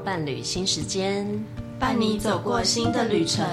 伴侣新时间， 伴你走过新的旅程。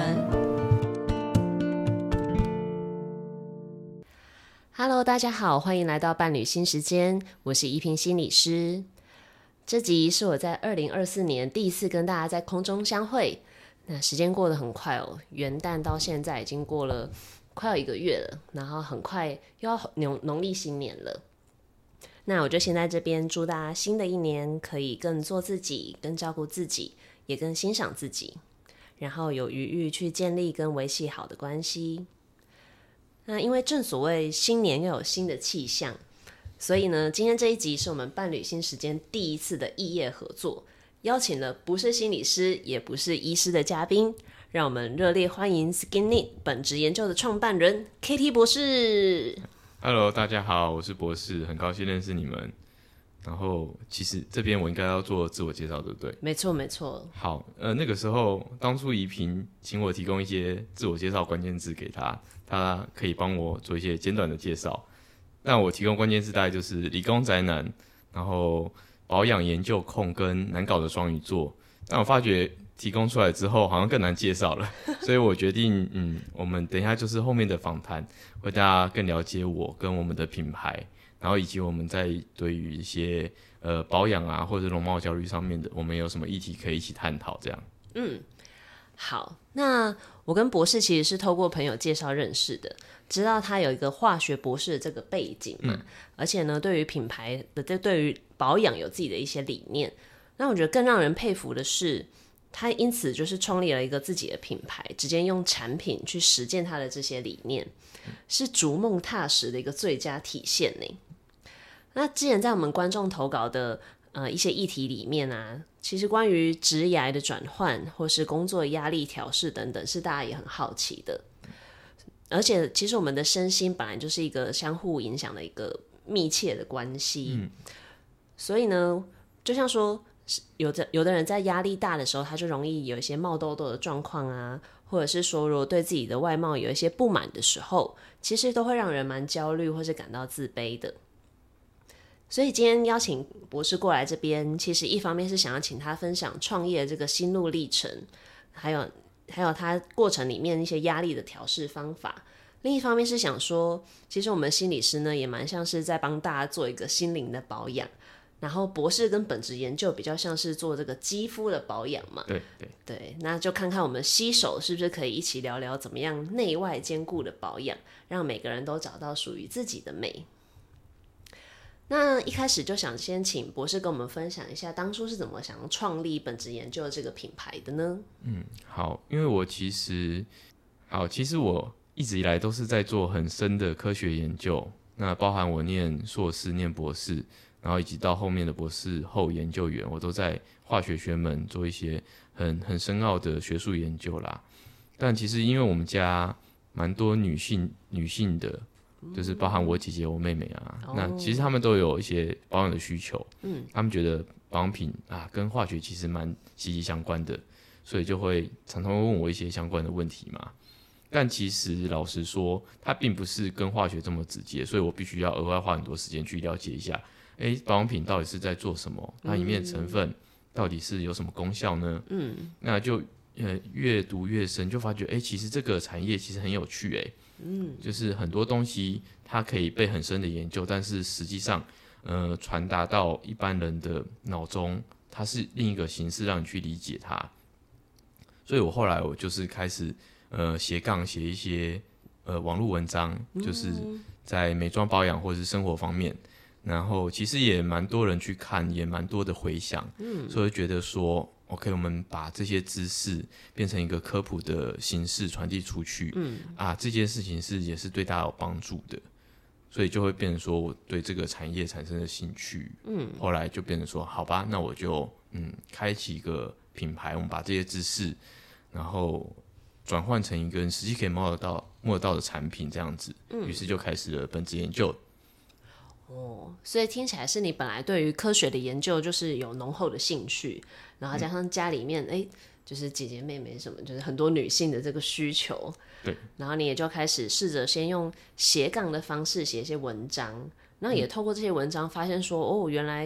Hello， 大家好，欢迎来到伴侣新时间，我是怡萍心理师。这集是我在2024年第一次跟大家在空中相会，那时间过得很快哦，元旦到现在已经过了快要1个月了，然后很快又要农历新年了。那我就先在这边祝大家新的一年可以更做自己，更照顾自己，也更欣赏自己，然后有余裕去建立跟维系好的关系。那因为正所谓新年又有新的气象，所以呢，今天这一集是我们伴侣新时间第一次的异业合作，邀请了不是心理师也不是医师的嘉宾，让我们热烈欢迎 SkinNit 本质研究的创办人 KT 博士。 Hello， 大家好，我是博士，很高兴认识你们。然后，其实这边我应该要做自我介绍，对不对？ 没错，没错。 好，那个时候当初怡萍请我提供一些自我介绍关键字给他，他可以帮我做一些简短的介绍。但我提供关键字大概就是理工宅男，然后保养研究控跟难搞的双鱼座。但我发觉提供出来之后好像更难介绍了，所以我决定，我们等一下就是后面的访谈，会大家更了解我跟我们的品牌，然后以及我们在对于一些保养啊或者容貌焦虑上面的，我们有什么议题可以一起探讨这样。 好，那我跟博士其实是透过朋友介绍认识的，知道他有一个化学博士的这个背景嘛，而且呢，对于品牌的对于保养有自己的一些理念。那我觉得更让人佩服的是，他因此就是创立了一个自己的品牌，直接用产品去实践他的这些理念，是逐梦踏实的一个最佳体现呢。那之前在我们观众投稿的一些议题里面啊，其实关于职涯的转换或是工作压力调适等等，是大家也很好奇的。而且其实我们的身心本来就是一个相互影响的一个密切的关系，所以呢，就像说有的人在压力大的时候，他就容易有一些冒痘痘的状况啊，或者是说如果对自己的外貌有一些不满的时候，其实都会让人蛮焦虑或是感到自卑的。所以今天邀请博士过来这边，其实一方面是想要请他分享创业的这个心路历程，还有他过程里面一些压力的调适方法。另一方面是想说，其实我们心理师呢也蛮像是在帮大家做一个心灵的保养，然后博士跟本质研究比较像是做这个肌肤的保养嘛。对，那就看看我们携手是不是可以一起聊聊怎么样内外兼顾的保养，让每个人都找到属于自己的美。那一开始就想先请博士跟我们分享一下，当初是怎么想要创立本质研究这个品牌的呢？ 好，因为我其实我一直以来都是在做很深的科学研究，那包含我念硕士、念博士，然后以及到后面的博士后研究员，我都在化学学门做一些很深奥的学术研究啦。但其实因为我们家蛮多女性的，就是包含我姐姐、我妹妹啊，那其实他们都有一些保养的需求，他们觉得保养品啊跟化学其实蛮息息相关的，所以就会常常会问我一些相关的问题嘛。但其实老实说，它并不是跟化学这么直接，所以我必须要额外花很多时间去了解一下，保养品到底是在做什么，它里面的成分到底是有什么功效呢？那就越读越深，就发觉其实这个产业其实很有趣就是很多东西它可以被很深的研究，但是实际上传达到一般人的脑中，它是另一个形式让你去理解它。所以我后来我就是开始写一些网络文章，就是在美妆保养或者是生活方面，然后其实也蛮多人去看，也蛮多的回响，所以觉得说 OK， 我们把这些知识变成一个科普的形式传递出去，这件事情也是对大家有帮助的，所以就会变成说我对这个产业产生了兴趣，后来就变成说好吧，那我就开启一个品牌，我们把这些知识然后转换成一个实际可以摸得到的产品这样子，于是就开始了本质研究。 所以听起来是你本来对于科学的研究就是有浓厚的兴趣，然后加上家里面就是姐姐妹妹什么，就是很多女性的这个需求， 对， 然后你也就开始试着先用斜杠的方式写一些文章，然后也透过这些文章发现说，原来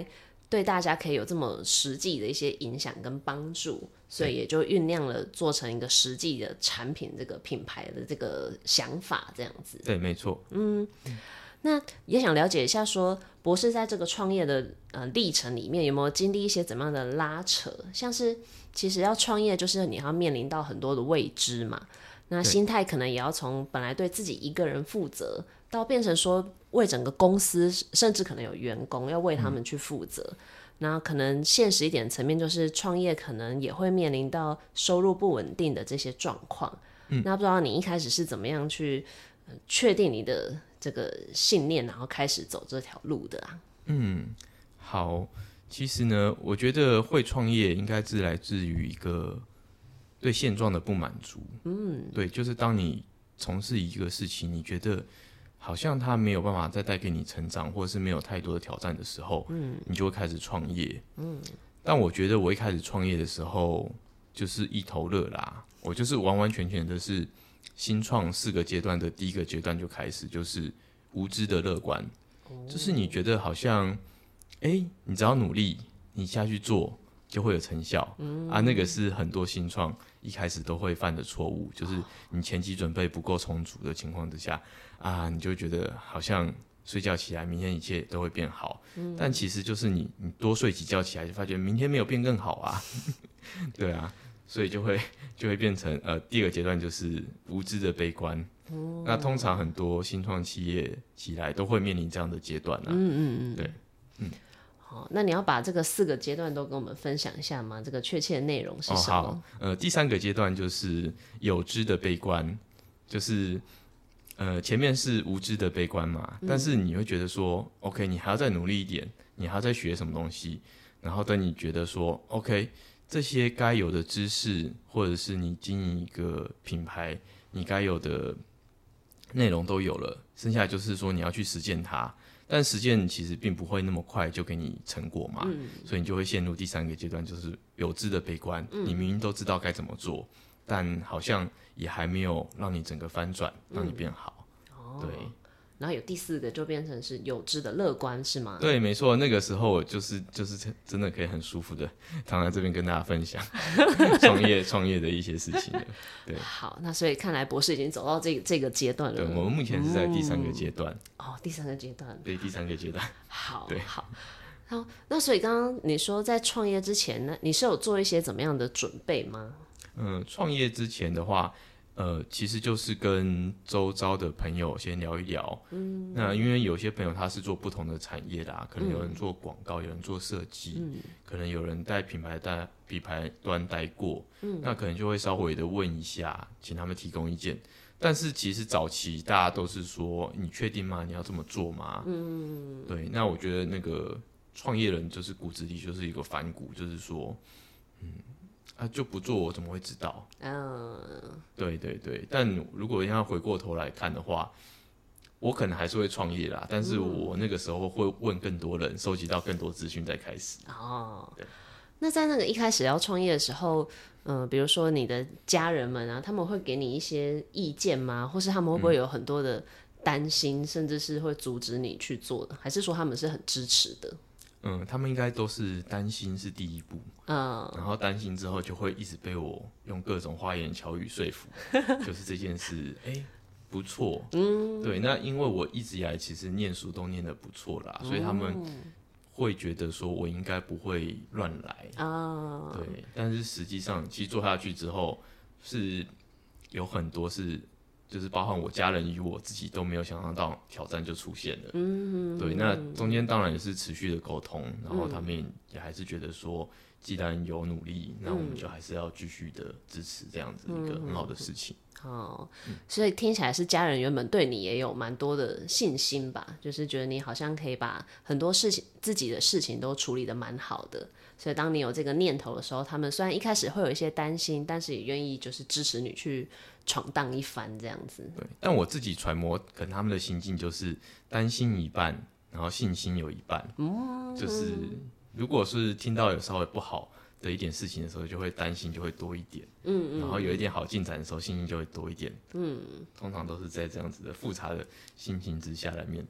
对大家可以有这么实际的一些影响跟帮助，所以也就酝酿了做成一个实际的产品，这个品牌的这个想法这样子。 对，没错。 那也想了解一下说博士在这个创业的历程里面有没有经历一些怎么样的拉扯，像是其实要创业就是你要面临到很多的未知嘛，那心态可能也要从本来对自己一个人负责到变成说为整个公司甚至可能有员工要为他们去负责，那可能现实一点层面就是创业可能也会面临到收入不稳定的这些状况。那不知道你一开始是怎么样去确定你的这个信念，然后开始走这条路的啊？ 好，其实呢，我觉得会创业应该是来自于一个对现状的不满足。对，就是当你从事一个事情，你觉得好像它没有办法再带给你成长，或者是没有太多的挑战的时候，你就会开始创业。但我觉得我一开始创业的时候就是一头热啦，我就是完完全全的是新创4个阶段的第一个阶段就开始，就是无知的乐观。就是你觉得好像你只要努力，你下去做就会有成效。那个是很多新创一开始都会犯的错误，就是你前期准备不够充足的情况之下你就觉得好像睡觉起来明天一切都会变好。但其实就是你多睡几觉起来就发觉明天没有变更好啊。对啊，所以就会变成第二个阶段就是无知的悲观。那通常很多新创企业起来都会面临这样的阶段啊。对。 好，那你要把这个4个阶段都跟我们分享一下吗？这个确切的内容是什么？ 好，第3个阶段就是有知的悲观，就是前面是无知的悲观嘛，但是你会觉得说 ，OK， 你还要再努力一点，你还要再学什么东西，然后等你觉得说 ，OK， 这些该有的知识，或者是你经营一个品牌，你该有的内容都有了，剩下就是说你要去实践它。但实践其实并不会那么快就给你成果嘛，所以你就会陷入第3个阶段，就是有知的悲观。你明明都知道该怎么做，但好像也还没有让你整个翻转，让你变好。对。 然后有第4个就变成是有知的乐观，是吗？ 对，没错，那个时候我就是真的可以很舒服的躺在这边跟大家分享创业的一些事情了。对， 好，那所以看来博士已经走到这个阶段了。 对，我们目前是在第3个阶段。 第3个阶段。 对，第3个阶段。 好， 对， 好，那所以刚刚你说在创业之前呢，你是有做一些怎么样的准备吗？ 创业之前的话。其实就是跟周遭的朋友先聊一聊。那因为有些朋友他是做不同的产业啦，可能有人做广告，有人做设计，可能有人在品牌端待过，那可能就会稍微的问一下，请他们提供意见。但是其实早期大家都是说，你确定吗？你要这么做吗？对。那我觉得那个创业人就是骨子里就是一个反骨，就是说，就不做我怎么会知道？对对对。但如果要回过头来看的话，我可能还是会创业啦，但是我那个时候会问更多人，收集到更多资讯再开始。对。 那在那个一开始要创业的时候，比如说你的家人们啊，他们会给你一些意见吗？或是他们会不会有很多的担心，甚至是会阻止你去做的？还是说他们是很支持的？ 他们应该都是担心是第一步，然后担心之后就会一直被我用各种花言巧语说服，就是这件事，不错，对。那因为我一直以来其实念书都念得不错啦，所以他们会觉得说我应该不会乱来对。但是实际上，其实做下去之后，是有很多就是包含我家人与我自己都没有想象到挑战就出现了。对。那中间当然也是持续的沟通，然后他们也还是觉得说，既然有努力，那我们就还是要继续的支持这样子一个很好的事情。 所以听起来是家人原本对你也有蛮多的信心吧，就是觉得你好像可以把很多事情自己的事情都处理得蛮好的，所以当你有这个念头的时候，他们虽然一开始会有一些担心，但是也愿意就是支持你去闯荡一番这样子。 对。但我自己揣摩可能他们的心境就是担心一半，然后信心有一半。就是如果是听到有稍微不好的一点事情的时候，就会担心就会多一点。然后有一点好进展的时候，信心就会多一点。通常都是在这样子的复杂的心情之下来面对。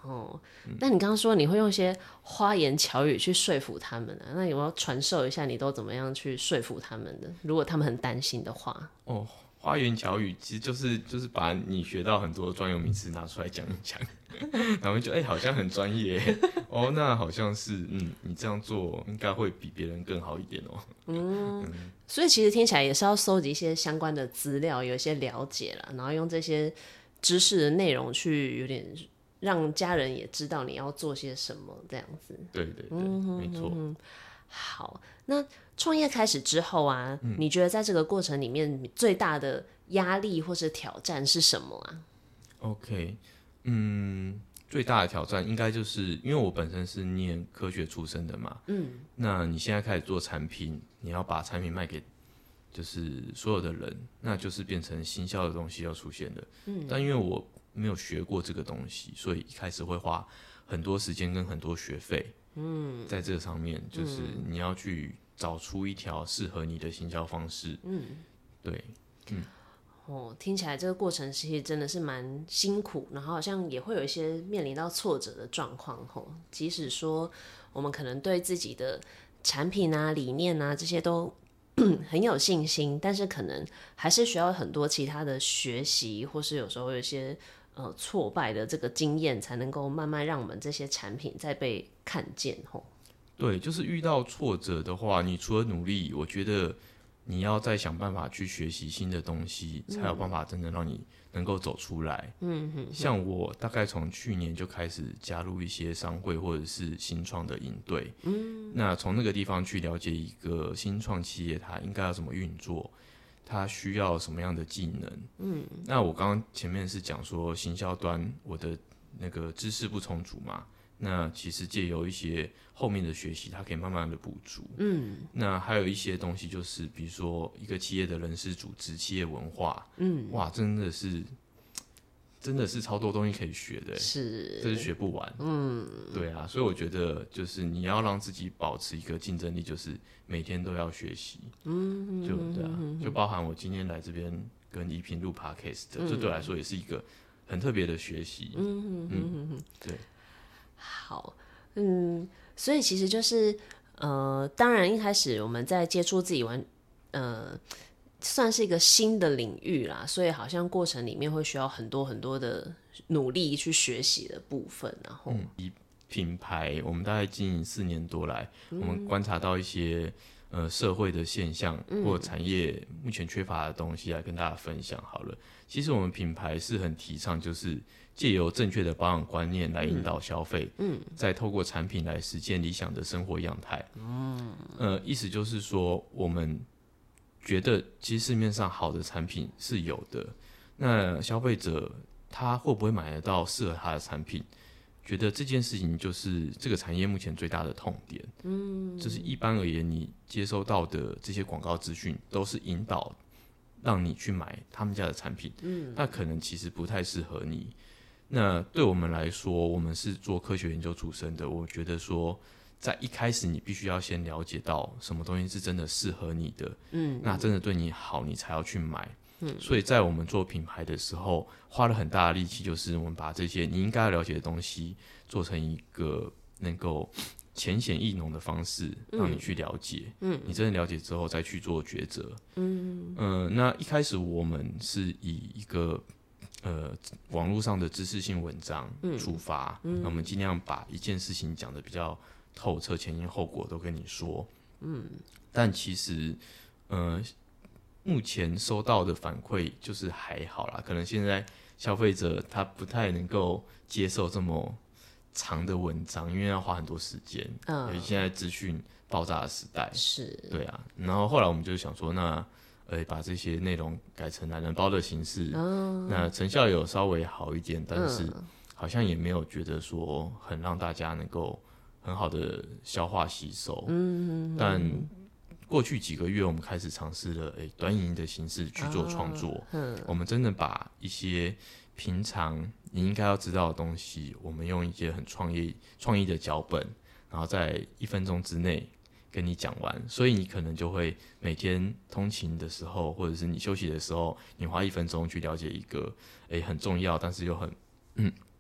哦，那你刚刚说你会用一些花言巧语去说服他们啊？那有没有传授一下你都怎么样去说服他们的？如果他们很担心的话。 哦，花言巧语其实就是把你学到很多专有名词拿出来讲一讲，然后就好像很专业哦，那好像是你这样做应该会比别人更好一点哦。 所以其实听起来也是要搜集一些相关的资料，有一些了解啦，然后用这些知识的内容去有点让家人也知道你要做些什么，这样子。 对对对，没错。 好，那创业开始之后啊，你觉得在这个过程里面最大的压力或是挑战是什么啊 OK， 最大的挑战应该就是因为我本身是念科学出身的嘛，那你现在开始做产品，你要把产品卖给就是所有的人，那就是变成行销的东西要出现了。但因为我没有学过这个东西，所以一开始会花很多时间跟很多学费。在这上面就是你要去找出一条适合你的行销方式。对， 听起来这个过程其实真的是蛮辛苦，然后好像也会有一些面临到挫折的状况。即使说我们可能对自己的产品啊、理念啊这些都很有信心，但是可能还是需要很多其他的学习，或是有时候有一些挫败的这个经验，才能够慢慢让我们这些产品再被看见。 对，就是遇到挫折的话，你除了努力，我觉得你要再想办法去学习新的东西，才有办法真的让你能够走出来。像我大概从去年就开始加入一些商会或者是新创的营队。那从那个地方去了解一个新创企业它应该要怎么运作，它需要什么样的技能。那我刚刚前面是讲说行销端我的那个知识不充足嘛，那其实借由一些后面的学习，它可以慢慢的补足。那还有一些东西就是，比如说一个企业的人事组织、企业文化，哇，真的是超多东西可以学的，这是学不完。对啊，所以我觉得就是你要让自己保持一个竞争力，就是每天都要学习。对啊，就包含我今天来这边跟宜萍录 podcast 的，这对我来说也是一个很特别的学习。对。 好，所以其实就是当然一开始我们在接触自己算是一个新的领域啦，所以好像过程里面会需要很多很多的努力去学习的部分。然后以品牌，我们大概经营4年多来，我们观察到一些社会的现象或产业目前缺乏的东西来跟大家分享好了。其实我们品牌是很提倡就是借由正确的保养观念来引导消费，再透过产品来实践理想的生活样态。意思就是说，我们觉得其实市面上好的产品是有的，那消费者他会不会买得到适合他的产品？觉得这件事情就是这个产业目前最大的痛点。就是一般而言，你接收到的这些广告资讯都是引导让你去买他们家的产品，那可能其实不太适合你。那对我们来说，我们是做科学研究出身的，我觉得说在一开始你必须要先了解到什么东西是真的适合你的，那真的对你好，你才要去买。所以在我们做品牌的时候，花了很大的力气，就是我们把这些你应该要了解的东西，做成一个能够浅显易懂的方式，让你去了解。你真的了解之后，再去做抉择。那一开始我们是以一个网络上的知识性文章出发，那我们尽量把一件事情讲得比较透彻，前因后果都跟你说。但其实目前收到的反馈就是还好啦，可能现在消费者他不太能够接受这么长的文章，因为要花很多时间。尤其现在资讯爆炸的时代， 是， 对啊。然后后来我们就想说，那把这些内容改成懒人包的形式，那成效有稍微好一点，但是好像也没有觉得说很让大家能够很好的消化吸收。但过去几个月，我们开始尝试了短影音的形式去做创作。我们真的把一些平常你应该要知道的东西，我们用一些很创意的脚本，然后在1分钟之内跟你讲完。所以你可能就会每天通勤的时候，或者是你休息的时候，你花1分钟去了解一个很重要但是又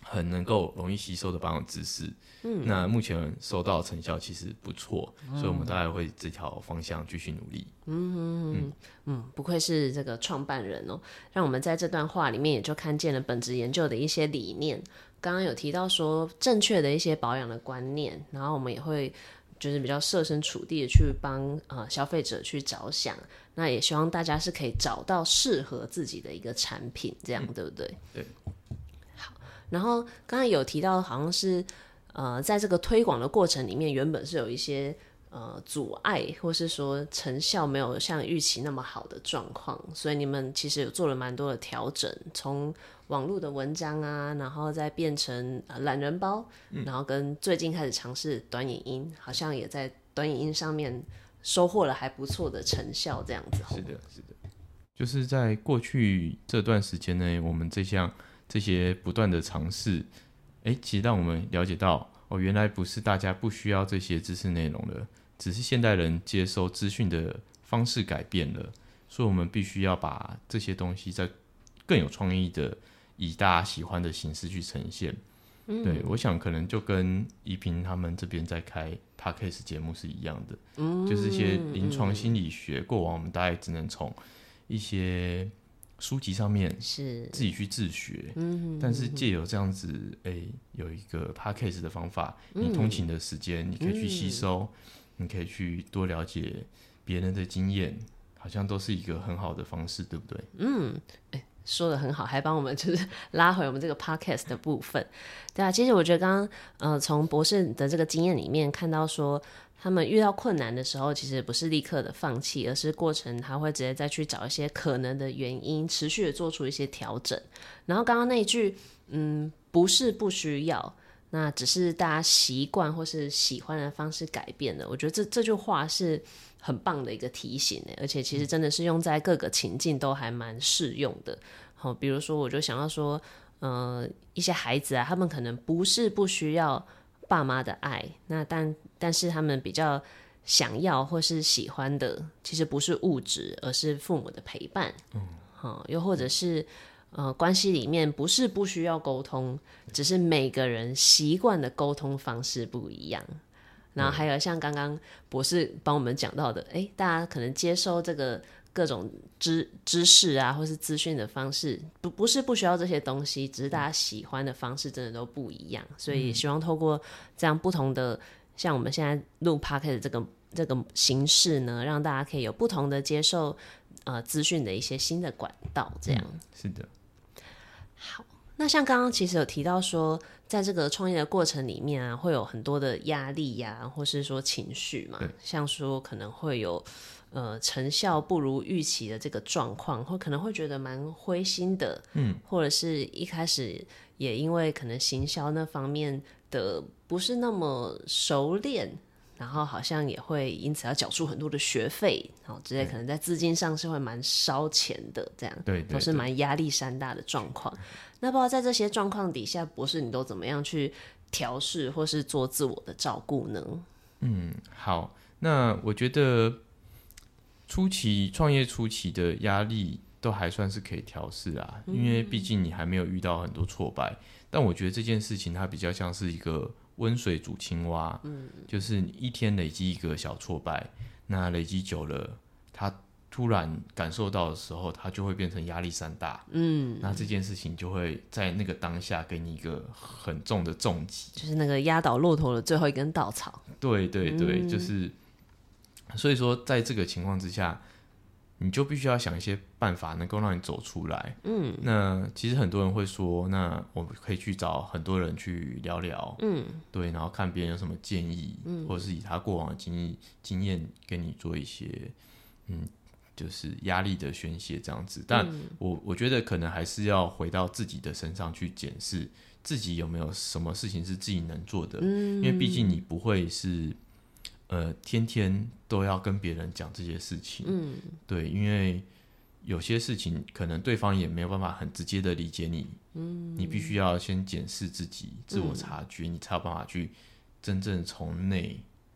很能够容易吸收的保养知识。那目前收到的成效其实不错，所以我们大概会这条方向继续努力。 不愧是这个创办人哦，让我们在这段话里面也就看见了本质研究的一些理念。刚刚有提到说正确的一些保养的观念，然后我们也会就是比较设身处地的去帮消费者去着想，那也希望大家是可以找到适合自己的一个产品，这样对不对？ 对。 好，然后刚才有提到好像是在这个推广的过程里面，原本是有一些阻碍，或是说成效没有像预期那么好的状况，所以你们其实有做了蛮多的调整，从网络的文章啊，然后再变成懒人包，然后跟最近开始尝试短影音，好像也在短影音上面收获了还不错的成效，这样子。 是的，是的，就是在过去这段时间内，我们这些不断的尝试，其实让我们了解到，原来不是大家不需要这些知识内容了，只是现代人接收资讯的方式改变了，所以我们必须要把这些东西再更有创意的以大家喜欢的形式去呈现。对，我想可能就跟宜萍他们这边在开 Podcast 节目是一样的，就是一些临床心理学，过往我们大概只能从一些书籍上面是自己去自学，但是借由这样子，有一个 podcast 的方法，你通勤的时间，你可以去吸收，你可以去多了解别人的经验，好像都是一个很好的方式，对不对？ 说得很好，还帮我们就是拉回我们这个 podcast 的部分。对啊，其实我觉得刚刚从博士的这个经验里面看到说，他们遇到困难的时候，其实不是立刻的放弃，而是过程他会直接再去找一些可能的原因，持续的做出一些调整。然后刚刚那一句，不是不需要，那只是大家习惯或是喜欢的方式改变了。我觉得这句话是很棒的一个提醒，而且其实真的是用在各个情境都还蛮适用的。比如说我就想到说，一些孩子啊，他们可能不是不需要爸妈的爱，那但是他们比较想要或是喜欢的，其实不是物质，而是父母的陪伴。又或者是关系里面不是不需要沟通，只是每个人习惯的沟通方式不一样。然后还有像刚刚博士帮我们讲到的，大家可能接收这个各种知识啊，或是资讯的方式，不是不需要这些东西，只是大家喜欢的方式真的都不一样。所以希望透过这样不同的，像我们现在录 podcast 这个形式呢，让大家可以有不同的接受资讯的一些新的管道，这样。 是的。 好，那像刚刚其实有提到说，在这个创业的过程里面啊，会有很多的压力呀，或是说情绪嘛，像说可能会有成效不如预期的这个状况，或可能会觉得蛮灰心的，或者是一开始也因为可能行销那方面的不是那么熟练，然后好像也会因此要缴出很多的学费，然后之类，可能在资金上是会蛮烧钱的，这样对， 都是蛮压力山大的状况。那不知道在这些状况底下，博士你都怎么样去调试或是做自我的照顾呢？ 好，那我觉得创业初期的压力都还算是可以调试啊，因为毕竟你还没有遇到很多挫败。但我觉得这件事情它比较像是一个温水煮青蛙，就是你一天累积一个小挫败，那累积久了，它突然感受到的时候，它就会变成压力山大。那这件事情就会在那个当下给你一个很重的重击， 就是那个压倒骆驼的最后一根稻草。 对对对，就是所以说在这个情况之下，你就必须要想一些办法能够让你走出来。那其实很多人会说，那我们可以去找很多人去聊聊，对，然后看别人有什么建议，或者是以他过往的经验跟你做一些就是压力的宣泄这样子。但我觉得可能还是要回到自己的身上去检视自己有没有什么事情是自己能做的，因为毕竟你不会是天天都要跟别人讲这些事情，对，因为有些事情可能对方也没有办法很直接的理解你，你必须要先检视自己，自我察觉，你才有办法去真正从内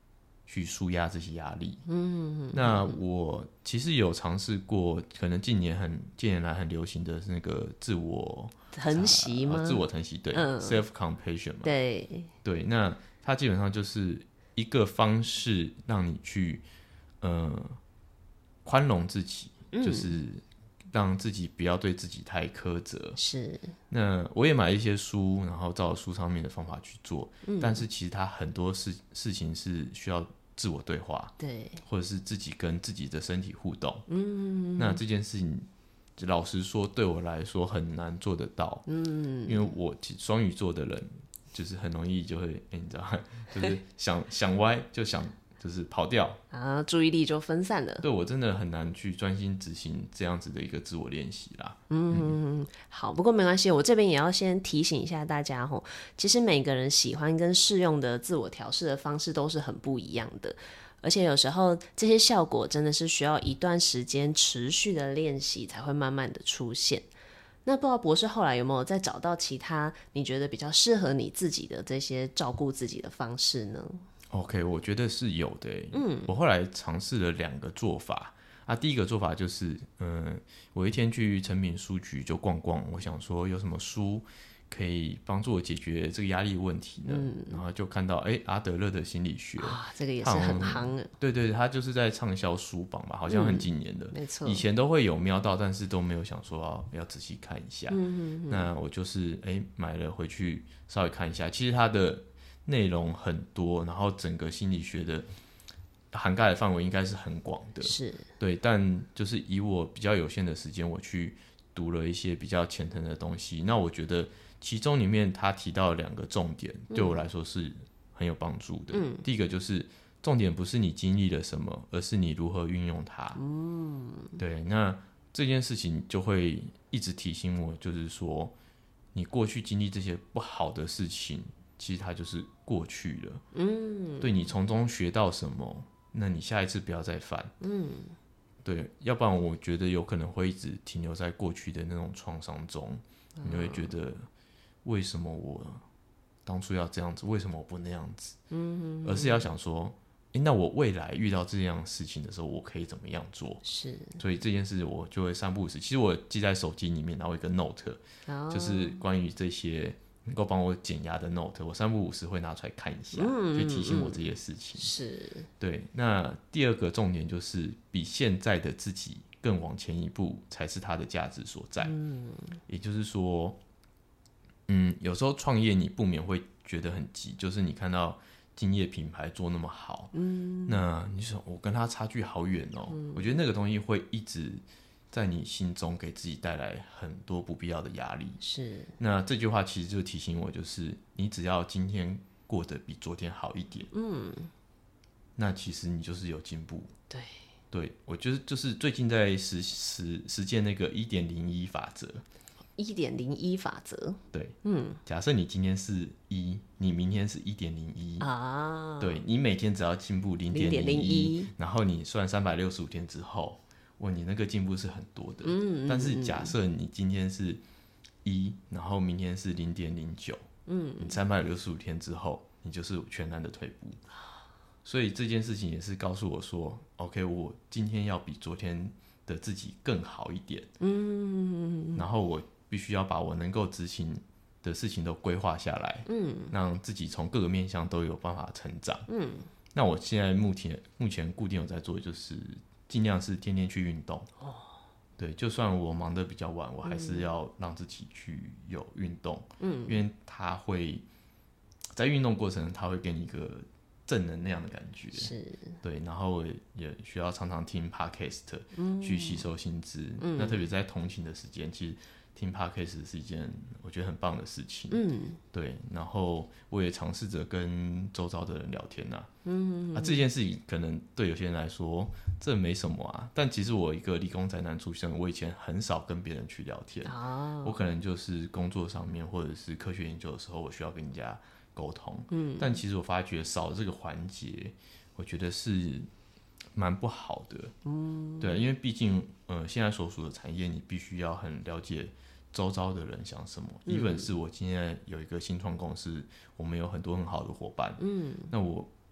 去抒压这些压力。那我其实有尝试过，可能近年来很流行的是那个自我疼惜吗？ 自我疼惜，对，self compassion 嘛，对，那它基本上就是一个方式让你去宽容自己，就是让自己不要对自己太苛责。 是， 那我也买一些书，然后照书上面的方法去做，但是其实它很多事情是需要自我对话， 对， 或者是自己跟自己的身体互动。那这件事情老实说对我来说很难做得到，因为我双鱼座的人就是很容易就会，你知道，就是想歪就是跑掉啊，注意力就分散了。 对，我真的很难去专心执行这样子的一个自我练习啦。 好，不过没关系，我这边也要先提醒一下大家吼，其实每个人喜欢跟适用的自我调试的方式都是很不一样的，而且有时候这些效果真的是需要一段时间持续的练习才会慢慢的出现。那不知道博士后来有没有再找到其他你觉得比较适合你自己的这些照顾自己的方式呢 ？OK， 我觉得是有的。我后来尝试了2个做法啊。第一个做法就是，我一天去诚品书局就逛逛，我想说有什么书可以帮助我解决这个压力问题呢？然后就看到阿德勒的心理学啊，这个也是很夯的。 对，他就是在畅销书榜吧，好像很几年的， 没错。 以前都会有瞄到，但是都没有想说要仔细看一下。那我就是买了回去稍微看一下，其实它的内容很多，然后整个心理学的涵盖的范围应该是很广的， 是对。但就是以我比较有限的时间，我去读了一些比较浅层的东西。那我觉得其中里面他提到2个重点，对我来说是很有帮助的。第一个就是重点不是你经历了什么，而是你如何运用它。对。那这件事情就会一直提醒我，就是说你过去经历这些不好的事情，其实它就是过去了。对，你从中学到什么，那你下一次不要再犯。对，要不然我觉得有可能会一直停留在过去的那种创伤中，你会觉得为什么我当初要这样子，为什么我不那样子？而是要想说，那我未来遇到这样事情的时候，我可以怎么样做？ 是， 所以这件事我就会3不5时，其实我记在手机里面，然后一个 note，就是关于这些能够帮我减压的 note， 我3不5时会拿出来看一下，去提醒我这些事情。 是， 对。那第2个重点就是比现在的自己更往前一步，才是它的价值所在。也就是说，有时候创业你不免会觉得很急，就是你看到竞业品牌做那么好，那你说我跟他差距好远哦。我觉得那个东西会一直在你心中给自己带来很多不必要的压力。 是。 那这句话其实就提醒我，就是你只要今天过得比昨天好一点，那其实你就是有进步。对，我觉得就是最近在实践那个1.01法则。 1.01法则。 对，假设你今天是1，你明天是1.01啊。对，你每天只要进步0.01，然后你算365天之后，你那个进步是很多的。但是假设你今天是1，然后明天是0.09，你365天之后，你就是全然的退步。所以这件事情也是告诉我说 ，OK， 我今天要比昨天的自己更好一点。然后我必须要把我能够执行的事情都规划下来，让自己从各个面向都有办法成长。那我现在目前固定有在做，就是尽量是天天去运动。对，就算我忙得比较晚，我还是要让自己去有运动。因为它会在运动过程，它会给你一个正能量的感觉。 是。对， 然后我也需要常常听 podcast，去吸收新知。那特别在通勤的时间，其实听 podcast 是一件我觉得很棒的事情。对。然后我也尝试着跟周遭的人聊天这件事情可能对有些人来说这没什么啊，但其实我一个理工宅男出身，我以前很少跟别人去聊天。我可能就是工作上面或者是科学研究的时候，我需要跟人家沟通。但其实我发觉少了这个环节，我觉得是蛮不好的。对，因为毕竟现在所属的产业，你必须要很了解周遭的人想什么。even 是我今天有一个新创公司，我们有很多很好的伙伴。那我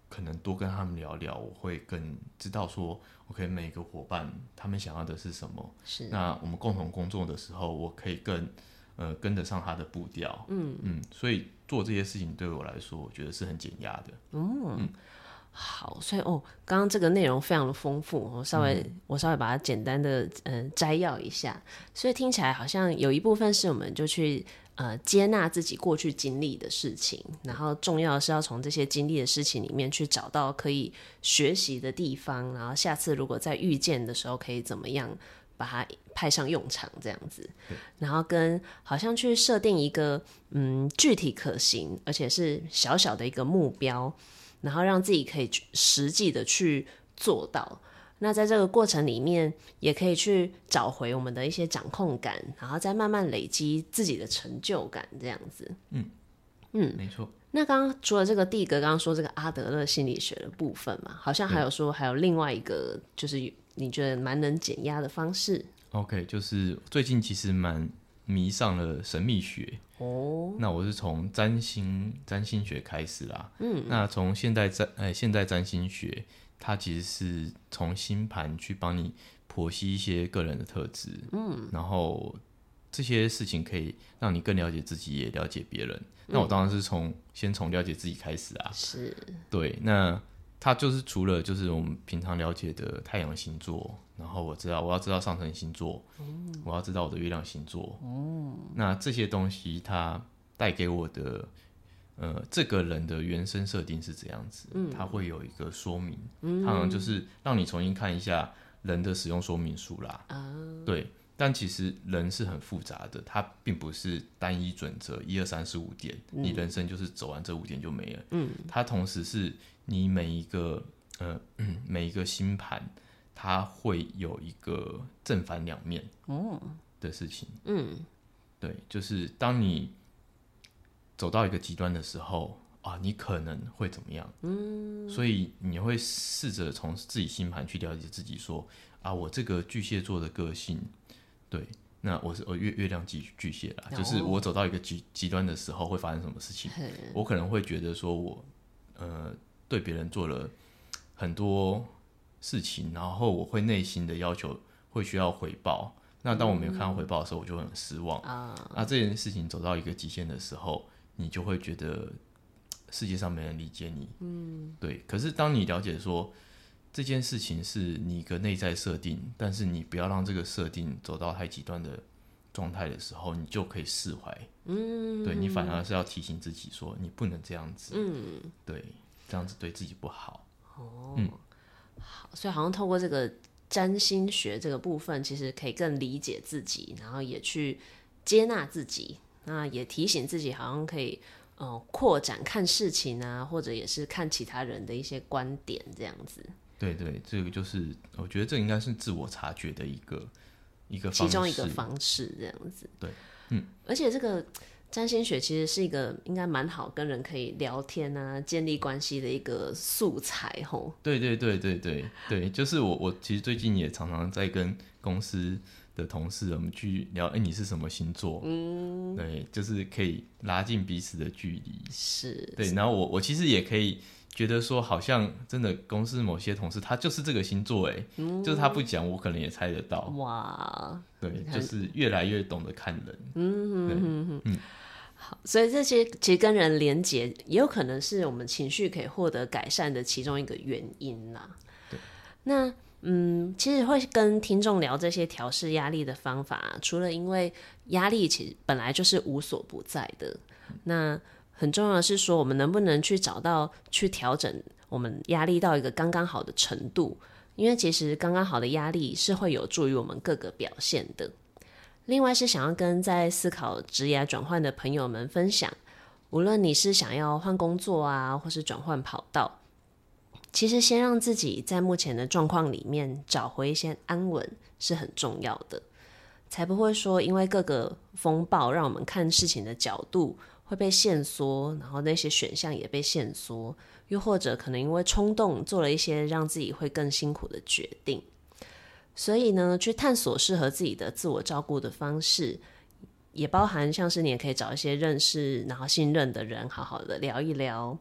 可能多跟他们聊聊，我会更知道说 OK 每个伙伴他们想要的是什么， 是那我们共同工作的时候，我可以更跟得上他的步调，所以做这些事情对我来说，我觉得是很减压的。 好，所以刚刚这个内容非常的丰富，我稍微把它简单的摘要一下，所以听起来好像有一部分是我们就去接纳自己过去经历的事情，然后重要的是要从这些经历的事情里面去找到可以学习的地方，然后下次如果在遇见的时候可以怎么样把它派上用场这样子，然后跟好像去设定一个具体可行而且是小小的一个目标，然后让自己可以实际的去做到。那在这个过程里面也可以去找回我们的一些掌控感，然后再慢慢累积自己的成就感这样子。 没错。 那刚刚除了这个第一个刚刚说这个阿德勒心理学的部分嘛，好像还有说还有另外一个就是你觉得蛮能减压的方式。 OK， 就是最近其实蛮迷上了神秘学那我是从占星学开始啦。那从现代占星学，它其实是从星盘去帮你剖析一些个人的特质，然后这些事情可以让你更了解自己，也了解别人。那我当然是先从了解自己开始啊。 是， 对，那它就是除了就是我们平常了解的太阳星座，然后我要知道上升星座，我要知道我的月亮星座，那这些东西它带给我的这个人的原生设定是怎样子，它会有一个说明，它好像就是让你重新看一下人的使用说明书啦。对，但其实人是很复杂的，它并不是单一准则1、2、3、4、5点，你人生就是走完这5点就没了。它同时是你每一个星盘，它会有一个正反两面的事情。对，就是当你走到一个极端的时候啊，你可能会怎么样？所以你会试着从自己星盘去了解自己说，啊，我这个巨蟹座的个性，对，那我月亮巨蟹啦，就是我走到一个极端的时候会发生什么事情？我可能会觉得说我对别人做了很多事情，然后我会内心的要求会需要回报。那当我没有看到回报的时候，我就会很失望。那这件事情走到一个极限的时候，你就会觉得世界上没人理解你。对。可是当你了解说这件事情是你一个内在设定，但是你不要让这个设定走到太极端的状态的时候，你就可以释怀。对，你反而是要提醒自己说，你不能这样子。对，这样子对自己不好。 好，所以好像透过这个占星学这个部分，其实可以更理解自己，然后也去接纳自己，那也提醒自己好像可以扩展看事情啊，或者也是看其他人的一些观点这样子。 对对，这个就是我觉得这应该是自我察觉的一个方式， 其中一个方式这样子。 对， 而且这个占星学其实是一个应该蛮好跟人可以聊天啊、建立关系的一个素材吼。 对对对对对对，就是我其实最近也常常在跟公司的同事我们去聊，你是什么星座？对，就是可以拉近彼此的距离。 是， 对，然后我其实也可以觉得说，好像真的公司某些同事他就是这个星座，就是他不讲，我可能也猜得到。 哇， 对，就是越来越懂得看人。 好，所以这些其实跟人连结，也有可能是我们情绪可以获得改善的其中一个原因啦。 对， 那其实会跟听众聊这些调适压力的方法，除了因为压力其实本来就是无所不在的，那很重要的是说，我们能不能去找到去调整我们压力到一个刚刚好的程度，因为其实刚刚好的压力是会有助于我们各个表现的。另外是想要跟在思考职业转换的朋友们分享，无论你是想要换工作啊，或是转换跑道，其实先让自己在目前的状况里面找回一些安稳是很重要的，才不会说因为各个风暴让我们看事情的角度会被限缩，然后那些选项也被限缩，又或者可能因为冲动做了一些让自己会更辛苦的决定。所以呢，去探索适合自己的自我照顾的方式，也包含像是你也可以找一些认识然后信任的人好好的聊一聊，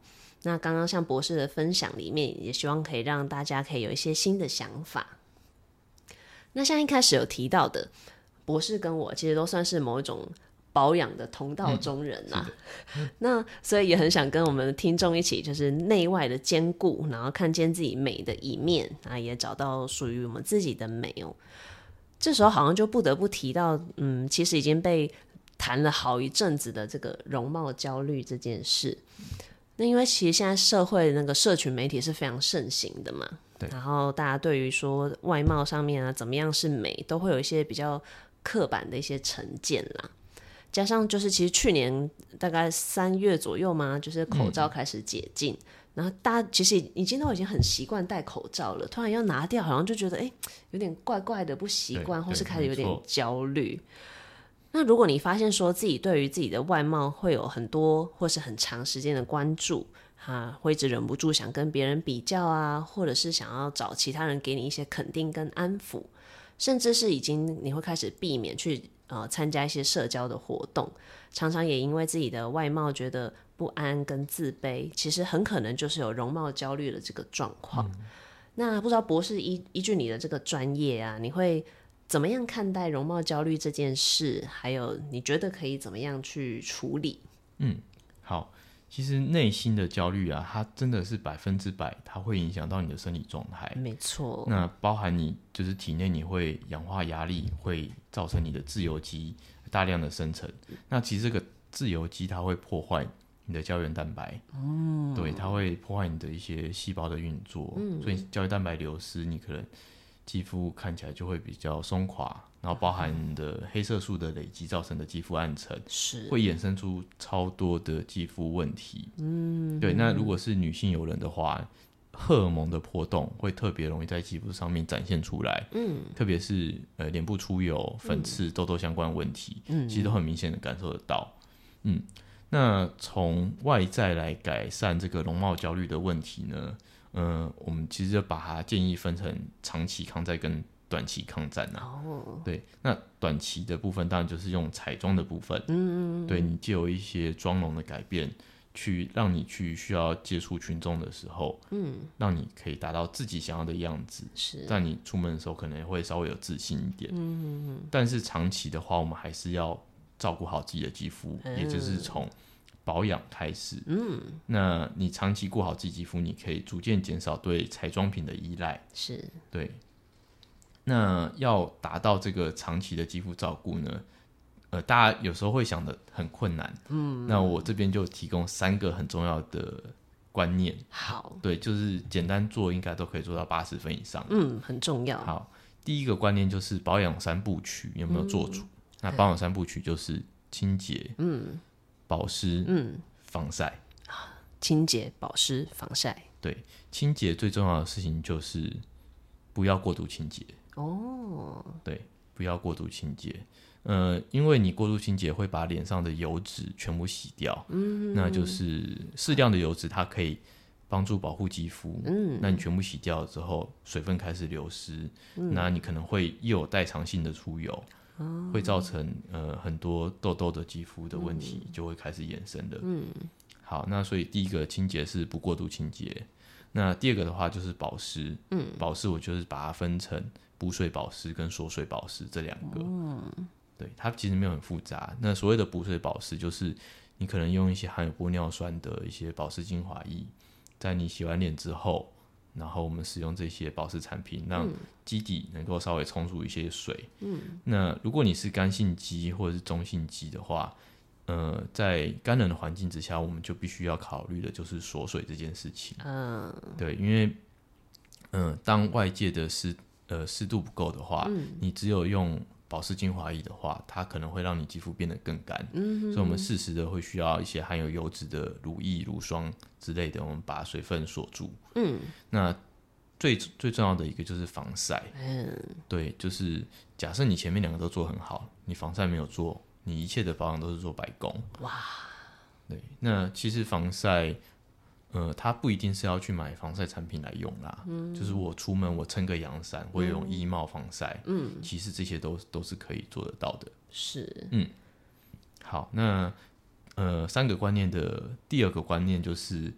那刚刚像博士的分享里面，也希望可以让大家可以有一些新的想法。那像一开始有提到的，博士跟我其实都算是某一种保养的同道中人啊，那所以也很想跟我们的听众一起，就是内外的兼顾，然后看见自己美的一面，然后也找到属于我们自己的美哦。这时候好像就不得不提到，其实已经被谈了好一阵子的这个容貌焦虑这件事。那因为其实现在社会那个社群媒体是非常盛行的嘛，然后大家对于说外貌上面啊怎么样是美，都会有一些比较刻板的一些成见啦。加上就是其实去年大概3月左右嘛，就是口罩开始解禁，然后大家其实已经很习惯戴口罩了，突然要拿掉，好像就觉得有点怪怪的不习惯，或是开始有点焦虑。那如果你发现说自己对于自己的外貌会有很多或是很长时间的关注会一直忍不住想跟别人比较啊，或者是想要找其他人给你一些肯定跟安抚，甚至是你会开始避免去参加一些社交的活动，常常也因为自己的外貌觉得不安跟自卑，其实很可能就是有容貌焦虑的这个状况。那不知道博士依据你的这个专业啊，你会怎么样看待容貌焦虑这件事？还有你觉得可以怎么样去处理？ 好，其实内心的焦虑啊，它真的是100%，它会影响到你的生理状态。 没错， 那包含你就是体内你会氧化压力，会造成你的自由基大量的生成。那其实这个自由基它会破坏你的胶原蛋白，对，它会破坏你的一些细胞的运作，所以胶原蛋白流失，你可能肌肤看起来就会比较松垮，然后包含你的黑色素的累积造成的肌肤暗沉， 是会衍生出超多的肌肤问题。对，那如果是女性友人的话，荷尔蒙的波动会特别容易在肌肤上面展现出来，特别是脸部出油、粉刺、痘痘相关的问题，其实都很明显的感受得到。那从外在来改善这个容貌焦虑的问题呢，我们其实就把它建议分成长期抗战跟短期抗战啊。对，那短期的部分当然就是用彩妆的部分，对，你藉由一些妆容的改变，去让你去需要接触群众的时候，让你可以达到自己想要的样子，但你出门的时候可能会稍微有自信一点，但是长期的话，我们还是要照顾好自己的肌肤，也就是从保养开始。那你长期顾好自己肌肤，你可以逐渐减少对彩妆品的依赖。 是， 对。那要达到这个长期的肌肤照顾呢，大家有时候会想的很困难。那我这边就提供3个很重要的观念。 好， 对，就是简单做应该都可以做到80分以上。 很重要。 好，第一个观念就是保养3部曲有没有做足？那保养3部曲就是清洁、保湿、防晒。 清洁、保湿、防晒。 对，清洁最重要的事情就是不要过度清洁。对，不要过度清洁。因为你过度清洁会把脸上的油脂全部洗掉。那就是适量的油脂，它可以帮助保护肌肤。那你全部洗掉了之后，水分开始流失，那你可能会又有代偿性的出油。会造成很多痘痘的肌肤的问题就会开始衍生的。好，那所以第一个清洁是不过度清洁。那第二个的话就是保湿。保湿我就是把它分成补水保湿跟锁水保湿这2个。对，它其实没有很复杂。那所谓的补水保湿就是你可能用一些含有玻尿酸的一些保湿精华液，在你洗完脸之后，然后我们使用这些保湿产品，让基底能够稍微充足一些水。那如果你是干性肌或者是中性肌的话，在干冷的环境之下，我们就必须要考虑的就是锁水这件事情。对，因为当外界的湿度不够的话，你只有用保湿精华液的话，它可能会让你肌肤变得更干。所以我们适时的会需要一些含有油脂的乳液、乳霜之类的，我们把水分锁住。那最重要的一个就是防晒。对，就是假设你前面2个都做很好，你防晒没有做，你一切的保养都是做白工。对，那其实防晒它不一定是要去买防晒产品来用啦。就是我出门我撑个阳伞，我用衣帽防晒。其实这些都是可以做得到的。 是。 好，那3个观念的第2个观念就是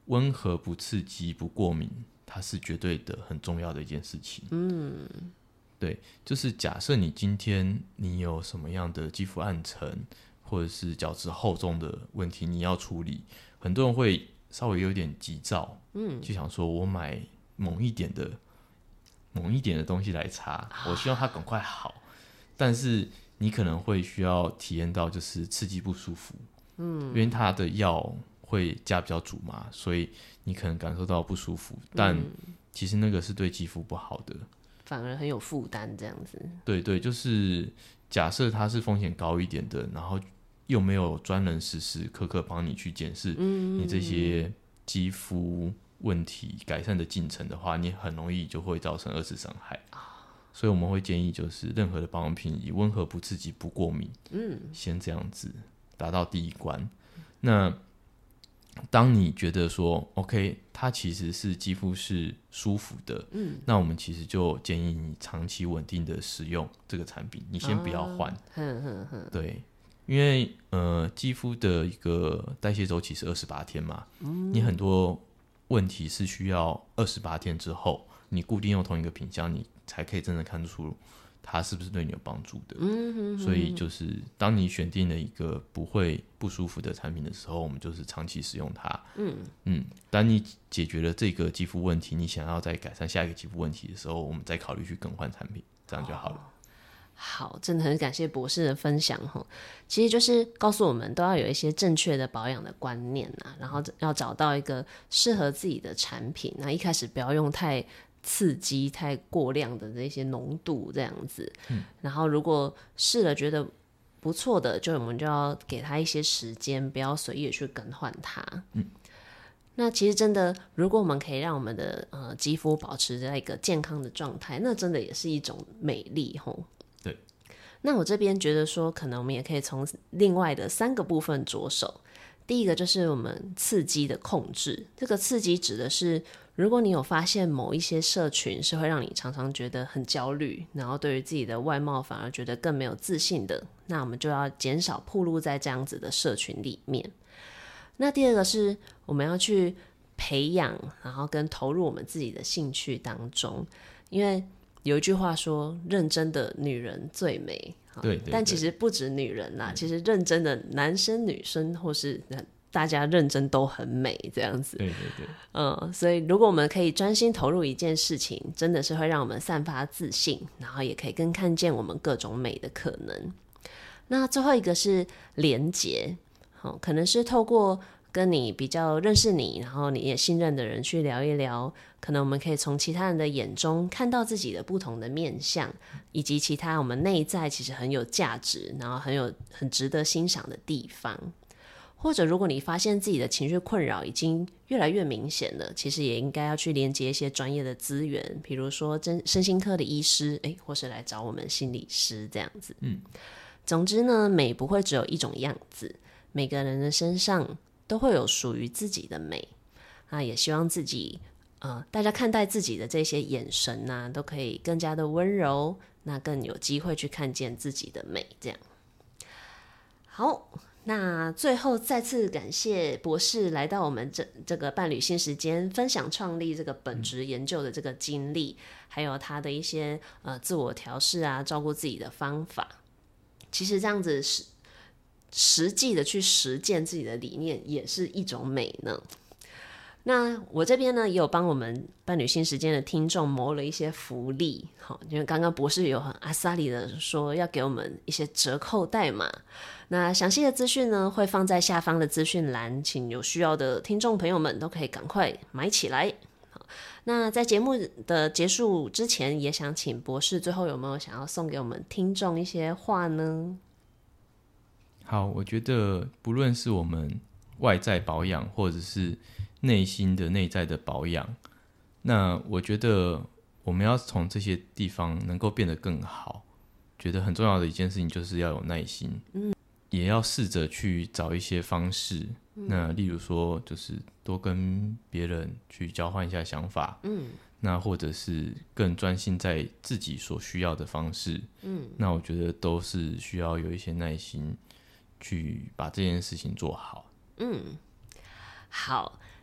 温和不刺激不过敏，它是绝对的很重要的一件事情。对，就是假设你今天你有什么样的肌肤暗沉或者是角质厚重的问题你要处理，很多人会稍微有点急躁，就想说我买猛一点的东西来擦，我希望它赶快好，但是你可能会需要体验到就是刺激不舒服，因为它的药会加比较足嘛，所以你可能感受到不舒服，但其实那个是对肌肤不好的， 反而很有负担这样子。 对对，就是假设它是风险高一点的，然后又没有专人时时刻刻帮你去检视你这些肌肤问题改善的进程的话，你很容易就会造成二次伤害。所以我们会建议就是任何的保养品以温和不刺激不过敏，先这样子达到第一关。那当你觉得说 OK 它其实是肌肤是舒服的，那我们其实就建议你长期稳定的使用这个产品，你先不要换。对，因为肌肤的一个代谢周期是28天嘛，你很多问题是需要28天之后你固定用同一个品项，你才可以真的看出它是不是对你有帮助的。所以就是当你选定了一个不会不舒服的产品的时候，我们就是长期使用它。当你解决了这个肌肤问题，你想要再改善下一个肌肤问题的时候，我们再考虑去更换产品，这样就好了。 好，真的很感谢博士的分享。其实就是告诉我们都要有一些正确的保养的观念啊，然后要找到一个适合自己的产品，那一开始不要用太刺激太过量的这些浓度这样子，然后如果试了觉得不错的，我们就要给他一些时间，不要随意的去更换它。那其实真的，如果我们可以让我们的肌肤保持在一个健康的状态，那真的也是一种美丽吼。 对。 那我这边觉得说，可能我们也可以从另外的3个部分着手。第一个就是我们刺激的控制，这个刺激指的是，如果你有发现某一些社群是会让你常常觉得很焦虑，然后对于自己的外貌反而觉得更没有自信的，那我们就要减少暴露在这样子的社群里面。那第二个是我们要去培养，然后跟投入我们自己的兴趣当中，因为有一句话说，认真的女人最美。 对， 但其实不止女人啦，其实认真的男生女生或是大家认真都很美这样子。 对， 所以如果我们可以专心投入一件事情，真的是会让我们散发自信，然后也可以更看见我们各种美的可能。那最后一个是连结，可能是透过跟你比较认识你，然后你也信任的人去聊一聊，可能我们可以从其他人的眼中看到自己的不同的面向，以及其他我们内在其实很有价值，然后很值得欣赏的地方。或者如果你发现自己的情绪困扰已经越来越明显了，其实也应该要去连接一些专业的资源，比如说身心科的医师，或是来找我们心理师这样子。总之呢，美不会只有一种样子，每个人的身上都会有属于自己的美。那也希望自己大家看待自己的这些眼神啊，都可以更加的温柔，那更有机会去看见自己的美这样。好，那最后再次感谢博士来到我们这个伴侣新时间，分享创立这个本职研究的这个经历，还有他的一些自我调试啊，照顾自己的方法。其实这样子实际的去实践自己的理念也是一种美呢。那我这边呢也有帮我们伴侣新时间的听众谋了一些福利，因为刚刚博士有很阿萨里的说要给我们一些折扣代码，那详细的资讯呢会放在下方的资讯栏，请有需要的听众朋友们都可以赶快买起来。那在节目的结束之前，也想请博士最后有没有想要送给我们听众一些话呢？ 好，我觉得不论是我们外在保养或者是内心的内在的保养，那我觉得我们要从这些地方能够变得更好，觉得很重要的一件事情就是要有耐心，也要试着去找一些方式，那例如说就是多跟别人去交换一下想法，那或者是更专心在自己所需要的方式，那我觉得都是需要有一些耐心去把这件事情做好。 好，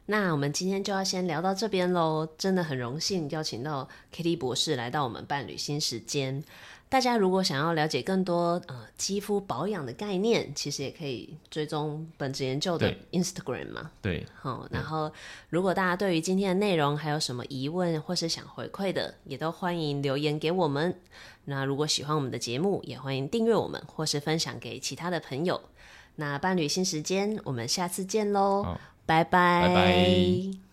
那我们今天就要先聊到这边咯，真的很荣幸邀请到 Kitty 博士来到我们伴侣新时间。大家如果想要了解更多肌肤保养的概念，其实也可以追踪本质研究的 Instagram 嘛。 对， 然后如果大家对于今天的内容还有什么疑问或是想回馈的，也都欢迎留言给我们。那如果喜欢我们的节目，也欢迎订阅我们或是分享给其他的朋友。那伴侣新时间，我们下次见咯，拜拜。 拜拜。